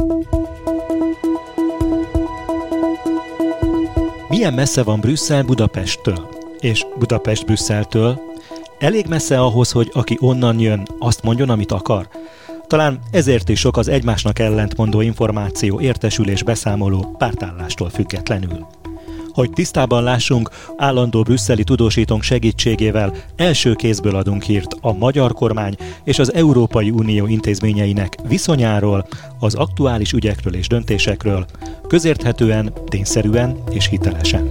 Milyen messze van Brüsszel Budapesttől? És Budapest Brüsszeltől? Elég messze ahhoz, hogy aki onnan jön, azt mondjon, amit akar? Talán ezért is sok az egymásnak ellentmondó információ, értesülés, beszámoló pártállástól függetlenül. Hogy tisztában lássunk, állandó brüsszeli tudósítónk segítségével első kézből adunk hírt a magyar kormány és az Európai Unió intézményeinek viszonyáról, az aktuális ügyekről és döntésekről, közérthetően, tényszerűen és hitelesen.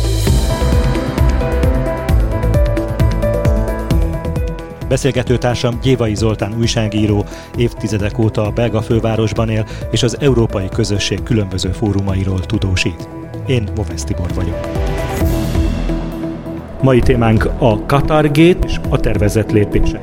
Beszélgetőtársam Gyévai Zoltán újságíró, évtizedek óta a belga fővárosban él, és az európai közösség különböző fórumairól tudósít. Én Movesz Tibor vagyok. Mai témánk a Qatar-gate és a tervezett lépések.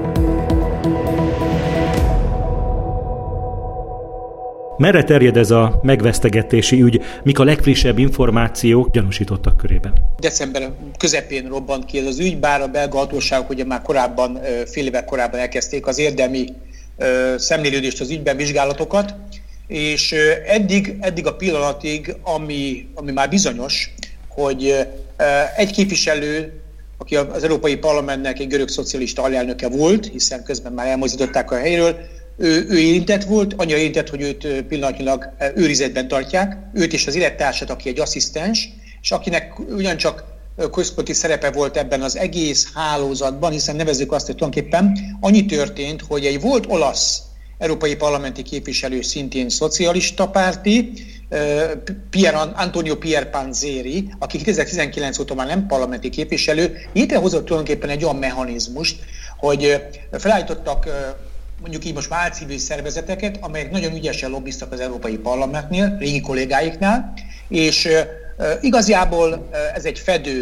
Merre terjed ez a megvesztegetési ügy? Mik a legfrissebb információk gyanúsítottak körében? December közepén robbant ki ez az ügy, bár a belga hatóságok ugye már korábban, fél évvel korábban elkezdték az érdemi szemlélődést az ügyben, vizsgálatokat, és eddig a pillanatig, ami már bizonyos, hogy egy képviselő, aki az Európai Parlamentnek egy görög szocialista alelnöke volt, hiszen közben már elmozdították a helyről, ő érintett volt, annyira érintett, hogy őt pillanatnyilag őrizetben tartják, őt és az élettársat, aki egy asszisztens, és akinek ugyancsak központi szerepe volt ebben az egész hálózatban, hiszen nevezzük azt, hogy tulajdonképpen annyi történt, hogy egy volt olasz európai parlamenti képviselő, szintén szocialista párti, Antonio Panzeri, aki 2019 óta már nem parlamenti képviselő, létrehozott tulajdonképpen egy olyan mechanizmust, hogy felállítottak mondjuk így most már álcivil szervezeteket, amelyek nagyon ügyesen lobbiztak az Európai Parlamentnél, régi kollégáiknál, és igazából ezek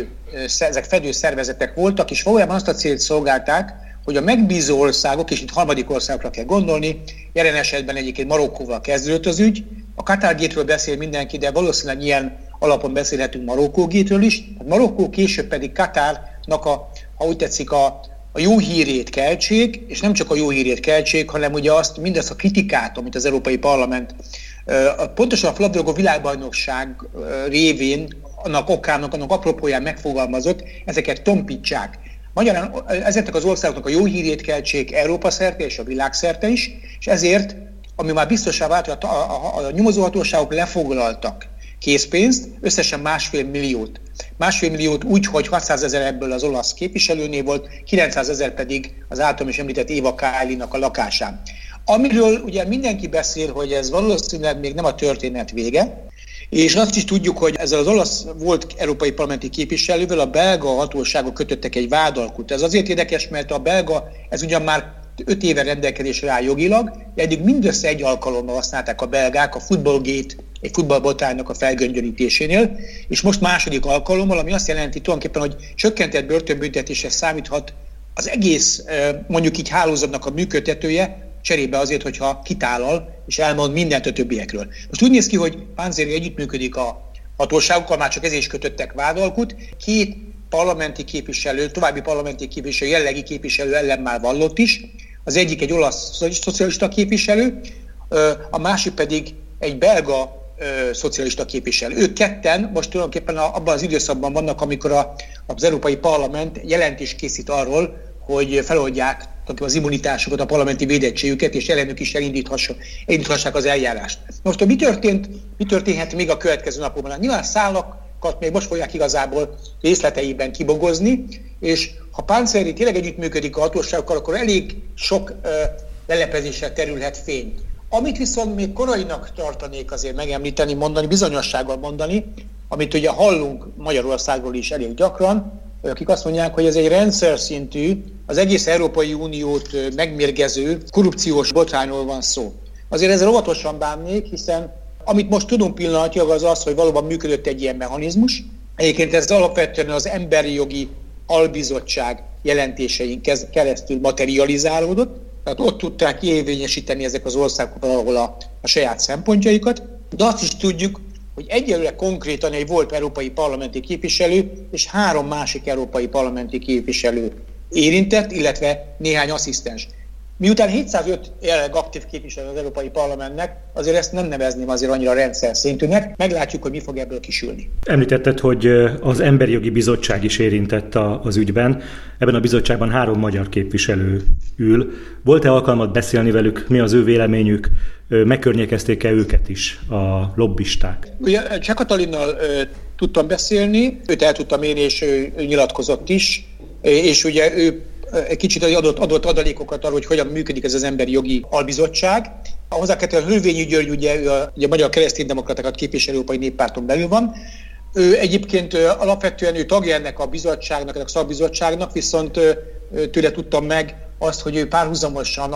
fedő szervezetek voltak, és valójában azt a célt szolgálták, hogy a megbízó országok, és itt harmadik országokra kell gondolni, jelen esetben egyébként Marokkóval kezdődött az ügy, a Qatar-gate-ről beszél mindenki, de valószínűleg ilyen alapon beszélhetünk Marokkó-gate-ről is, Marokkó később pedig Katárnak ha úgy tetszik, a jó hírét keltsék, és nem csak a jó hírét keltsék, hanem ugye mindazt a kritikát, amit az Európai Parlament pontosan a labdarúgó világbajnokság révén, annak apropóján megfogalmazott, ezeket tompítsák. Magyarán ezeknek az országoknak a jó hírét keltsék Európa szerte és a világ szerte is, és ezért, ami már biztossá vált, hogy a nyomozóhatóságok lefoglaltak készpénzt, összesen 1,5 milliót. 1,5 milliót úgy, hogy 600 000 ebből az olasz képviselőnél volt, 900 000 pedig az általam is említett Éva Kailinak a lakásán. Amiről ugye mindenki beszél, hogy ez valószínűleg még nem a történet vége, és azt is tudjuk, hogy ezzel az olasz volt európai parlamenti képviselővel a belga hatóságok kötöttek egy vádalkut. Ez azért érdekes, mert a belga, ez ugyan már 5 éve rendelkezésre áll jogilag, de eddig mindössze egy alkalommal használták a belgák a Footballgate, egy futballbotránynak a felgöngyölítésénél, és most második alkalommal, ami azt jelenti tulajdonképpen, hogy csökkentett börtönbüntetésre számíthat az egész, mondjuk így hálózatnak a működtetője, cserébe azért, hogyha kitálal és elmond mindent a többiekről. Most úgy néz ki, hogy Panzeri együttműködik a hatóságokkal, már csak ezért is kötöttek vádalkut. 2 parlamenti képviselő, további parlamenti képviselő, jellegi képviselő ellen már vallott is. Az egyik egy olasz szocialista képviselő, a másik pedig egy belga szocialista képviselő. Ők ketten most tulajdonképpen abban az időszakban vannak, amikor az Európai Parlament jelentést készít arról, hogy feloldják az immunitásokat, a parlamenti védettségüket, és ellenük is elindíthassák az eljárást. Most, hogy mi történhet még a következő napokban? Nyilván szálakat még most fogják igazából részleteiben kibogozni, és ha Panzeri tényleg együttműködik a hatóságokkal, akkor elég sok leleplezésre terülhet fény. Amit viszont még korainak tartanék azért megemlíteni, mondani, bizonyossággal mondani, amit ugye hallunk Magyarországról is elég gyakran, akik azt mondják, hogy ez egy rendszer szintű, az egész Európai Uniót megmérgező korrupciós botrányról van szó. Azért ezzel óvatosan bánnék, hiszen amit most tudunk pillanatnyilag az, hogy valóban működött egy ilyen mechanizmus. Egyébként ez alapvetően az Emberi Jogi Albizottság jelentésein keresztül materializálódott, tehát ott tudták érvényesíteni ezek az országok valahol a saját szempontjaikat, de azt is tudjuk, hogy egyelőre konkrétan egy volt európai parlamenti képviselő és 3 másik európai parlamenti képviselő érintett, illetve néhány asszisztens. Miután 705 jelenleg aktív képviselő az Európai Parlamentnek, azért ezt nem nevezném azért annyira rendszer szintűnek. Meglátjuk, hogy mi fog ebből kisülni. Említetted, hogy az Emberi Jogi Bizottság is érintett az ügyben. Ebben a bizottságban 3 magyar képviselő ül. Volt-e alkalmat beszélni velük? Mi az ő véleményük? Megkörnyékezték-e őket is a lobbisták? Ugye Cseh Katalinnal tudtam beszélni, őt el tudtam érni, és ő nyilatkozott is, és ugye ő egy kicsit adott adalékokat arról, hogy hogyan működik ez az Emberi Jogi Albizottság. Hozzá kell tenni, a Hölvényi György ugye a Magyar Kereszténydemokratákat képviselő Európai Néppárton belül van. Ő egyébként alapvetően ő tagja ennek a bizottságnak, ennek a szakbizottságnak, viszont tőle tudtam meg azt, hogy ő párhuzamosan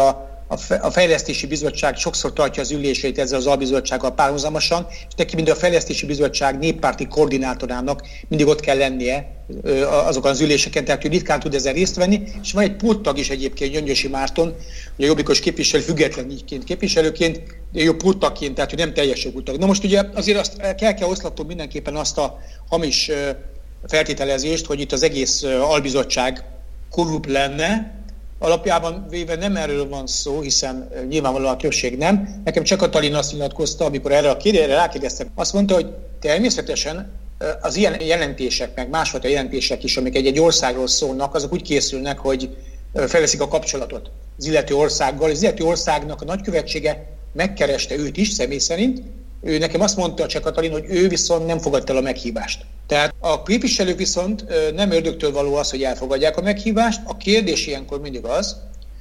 a Fejlesztési Bizottság sokszor tartja az üléseit ezzel az albizottsággal párhuzamosan, és neki mind a Fejlesztési Bizottság néppárti koordinátorának mindig ott kell lennie azokon az üléseken, tehát ő ritkán tud ezzel részt venni, és van egy póttag is egyébként, Gyöngyösi Márton, ugye jobbikos képviselő, függetlenként képviselőként, de jó póttagként, tehát ő nem teljes jogú tag. Na most ugye azért azt kell oszlatnom mindenképpen azt a hamis feltételezést, hogy itt az egész albizottság korrupt lenne. Alapjában véve nem erről van szó, hiszen nyilvánvalóan a többség nem. Nekem Cseh Katalin azt nyilatkozta, amikor erre a kérdésre rákérdeztem, azt mondta, hogy természetesen az ilyen jelentések, meg másfajta jelentések is, amik egy országról szólnak, azok úgy készülnek, hogy felveszik a kapcsolatot az illető országgal. Az illető országnak a nagykövetsége megkereste őt is személy szerint. Ő nekem azt mondta, Cseh Katalin, hogy ő viszont nem fogadta el a meghívást. Tehát a képviselők viszont nem ördögtől való az, hogy elfogadják a meghívást. A kérdés ilyenkor mindig az,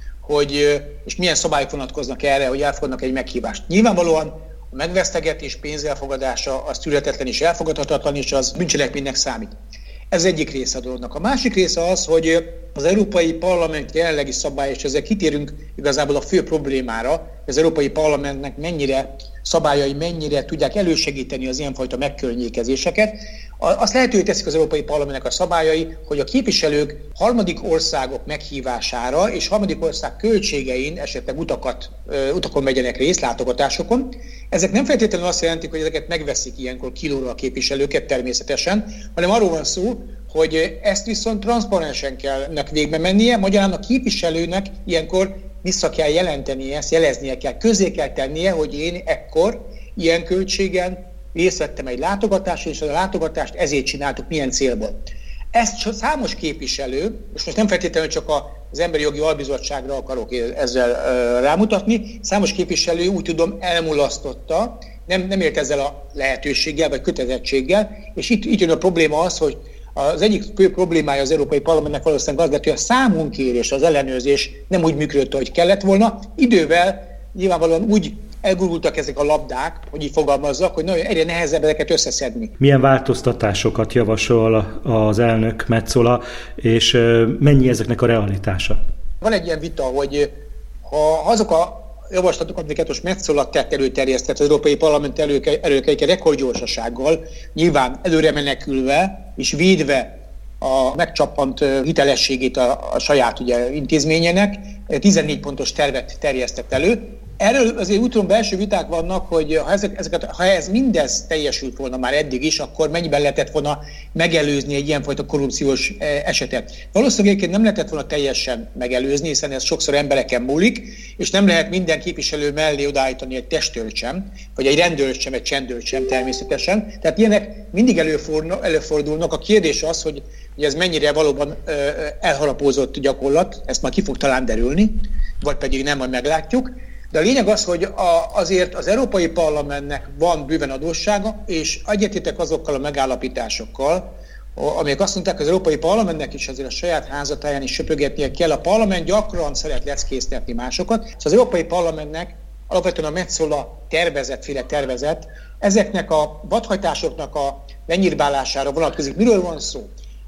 hogy és milyen szabályok vonatkoznak erre, hogy elfogadnak egy meghívást. Nyilvánvalóan a megvesztegetés pénzelfogadása az tűrhetetlen és elfogadhatatlan, és az bűncselekménynek számít. Ez egyik része a dolognak. A másik része az, hogy az Európai Parlament jelenlegi szabály, és ezzel kitérünk igazából a fő problémára, az Európai Parlamentnek szabályai mennyire tudják elősegíteni az ilyenfajta megkörnyékezéseket. Azt lehetővé teszik az Európai Parlamentnek a szabályai, hogy a képviselők harmadik országok meghívására és harmadik ország költségein esetleg utakon vegyenek részt, látogatásokon. Ezek nem feltétlenül azt jelentik, hogy ezeket megveszik ilyenkor kilóra a képviselőket természetesen, hanem arról van szó, hogy ezt viszont transzparensen kell végbe mennie, magyarán a képviselőnek ilyenkor vissza kell jelentenie, ezt jeleznie kell, közé kell tennie, hogy én ekkor ilyen költségen részt vettem egy látogatáson, és a látogatást ezért csináltuk, milyen célból. Ezt számos képviselő, és most nem feltétlenül csak az Emberi Jogi Albizottságra akarok ezzel rámutatni, számos képviselő úgy tudom elmulasztotta, nem élt ezzel a lehetőséggel vagy kötelezettséggel, és itt jön a probléma az, hogy az egyik fő problémája az Európai Parlamentnek valószínűleg az lett, hogy a számunkérés, az ellenőrzés nem úgy működött, ahogy kellett volna. Idővel nyilvánvalóan úgy elgurultak ezek a labdák, hogy így fogalmazzak, hogy nagyon egyre nehezebb ezeket összeszedni. Milyen változtatásokat javasol az elnök Metsola, és mennyi ezeknek a realitása? Van egy ilyen vita, hogy ha azok a javaslatokat, amiket most Metsola tett előterjesztett az Európai Parlament előkeike rekordgyorsasággal, nyilván előre menekülve és védve a megcsappant hitelességét a saját intézményének, 14 pontos tervet terjesztett elő. Erről azért úgy tudom, belső viták vannak, hogy ha ez mindez teljesült volna már eddig is, akkor mennyiben lehetett volna megelőzni egy ilyenfajta korrupciós esetet. Valószínűleg nem lehetett volna teljesen megelőzni, hiszen ez sokszor embereken múlik, és nem lehet minden képviselő mellé odaállítani egy testőrt sem, vagy egy rendőrt sem, egy csendőrt sem természetesen. Tehát ilyenek mindig előfordulnak. A kérdés az, hogy ez mennyire valóban elharapózott gyakorlat, ezt már ki fog talán derülni, vagy pedig nem, majd meglátjuk. De a lényeg az, hogy azért az Európai Parlamentnek van bőven adóssága, és egyetértek azokkal a megállapításokkal, amelyek azt mondták, hogy az Európai Parlamentnek is azért a saját házatáján is söprögetnie kell. A parlament gyakran szeret leckésztetni másokat, szóval az Európai Parlamentnek alapvetően a Metsola tervezet, ezeknek a vadhajtásoknak a lenyírbálására vonatkozik. Miről van szó?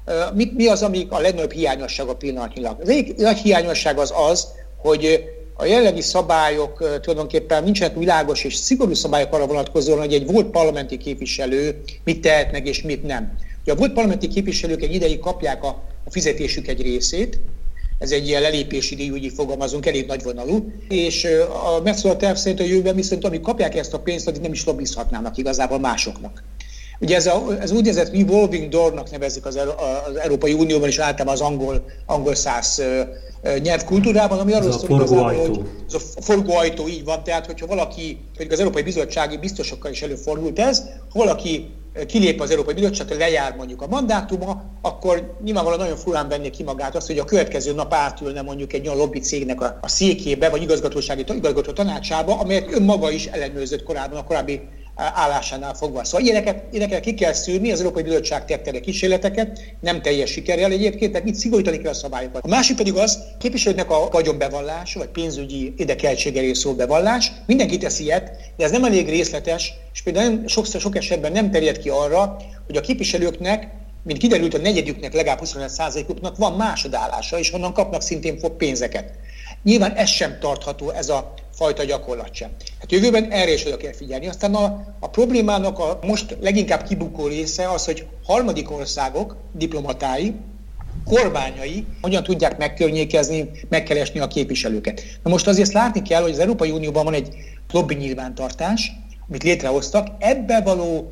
Mi az, ami a legnagyobb hiányossága pillanatnyilag? Az egyik nagy hiányosság az, hogy a jelenlegi szabályok tulajdonképpen nincsenek világos és szigorú szabályok arra vonatkozóan, hogy egy volt parlamenti képviselő mit tehet meg és mit nem. Ugye a volt parlamenti képviselők egy ideig kapják a fizetésük egy részét, ez egy ilyen lelépési díj, úgy így fogalmazunk, elég nagyvonalú, és a Metsola terv szerint a jövőben viszont amíg kapják ezt a pénzt, addig nem is lobbizhatnának igazából másoknak. Ugye ez úgynevezett revolving door-nak nevezik az Európai Unióban és általában az angol száz nyelvkultúrában, ami arról szól, hogy ez a forgóajtó, így van, tehát hogyha valaki, pedig az Európai Bizottsági biztosokkal is előfordult ez, ha valaki kilép az Európai Bizottságtól, lejár mondjuk a mandátuma, akkor nyilvánvalóan nagyon furán venné ki magát azt, hogy a következő nap átülne mondjuk egy olyan lobby cégnek a székébe, vagy igazgató tanácsába, amelyet önmaga is ellenőrzött korábban, a korábbi állásánál fogva. Szóval ilyeneket ki kell szűrni, az Európai Bizottság tette erre kísérleteket, nem teljes sikerrel egyébként, tehát itt szigorítani kell a szabályokat. A másik pedig az, képviselőknek a vagyonbevallás, vagy pénzügyi érdekeltségéről szól bevallás. Mindenki tesz ilyet, de ez nem elég részletes, és például sok esetben nem terjed ki arra, hogy a képviselőknek, mint kiderült, a negyedüknek, legalább 25%-uknak van másodállása, és onnan kapnak szintén pénzeket. Nyilván ez sem tartható, ez a fajta gyakorlat sem. Hát jövőben erre is oda kell figyelni. Aztán a problémának a most leginkább kibukó része az, hogy harmadik országok diplomatái, kormányai hogyan tudják megkörnyékezni, megkeresni a képviselőket. Na most azért látni kell, hogy az Európai Unióban van egy lobby nyilvántartás, amit létrehoztak, ebbe való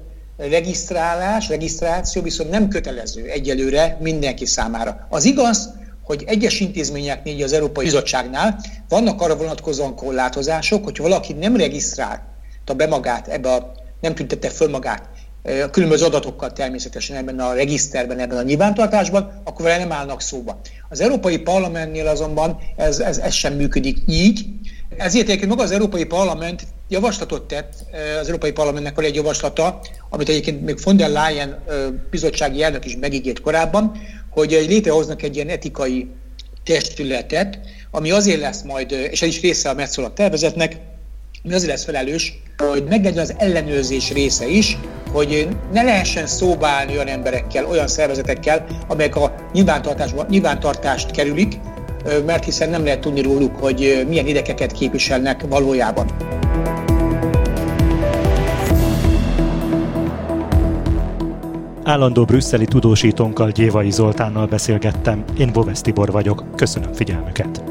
regisztráció viszont nem kötelező egyelőre mindenki számára. Az igaz, hogy egyes intézményeknél, az Európai Bizottságnál vannak arra vonatkozóan korlátozások, hogy valaki nem regisztrálta be magát, nem tüntette föl magát a különböző adatokkal természetesen ebben a regiszterben, ebben a nyilvántartásban, akkor vele nem állnak szóba. Az Európai Parlamentnél azonban ez sem működik így. Ezért egyébként maga az Európai Parlament javaslatot tett, az Európai Parlamentnek van egy javaslata, amit egyébként még von der Leyen bizottsági elnök is megígért korábban, hogy létrehoznak egy ilyen etikai testületet, ami azért lesz majd, és ez is része a Metsola tervezetnek, ami azért lesz felelős, hogy meglegyen az ellenőrzés része is, hogy ne lehessen szóba állni olyan emberekkel, olyan szervezetekkel, amelyek a nyilvántartást kerülik, mert hiszen nem lehet tudni róluk, hogy milyen érdekeket képviselnek valójában. Állandó brüsszeli tudósítónkkal, Gyévai Zoltánnal beszélgettem, én Bovesz Tibor vagyok, köszönöm figyelmüket!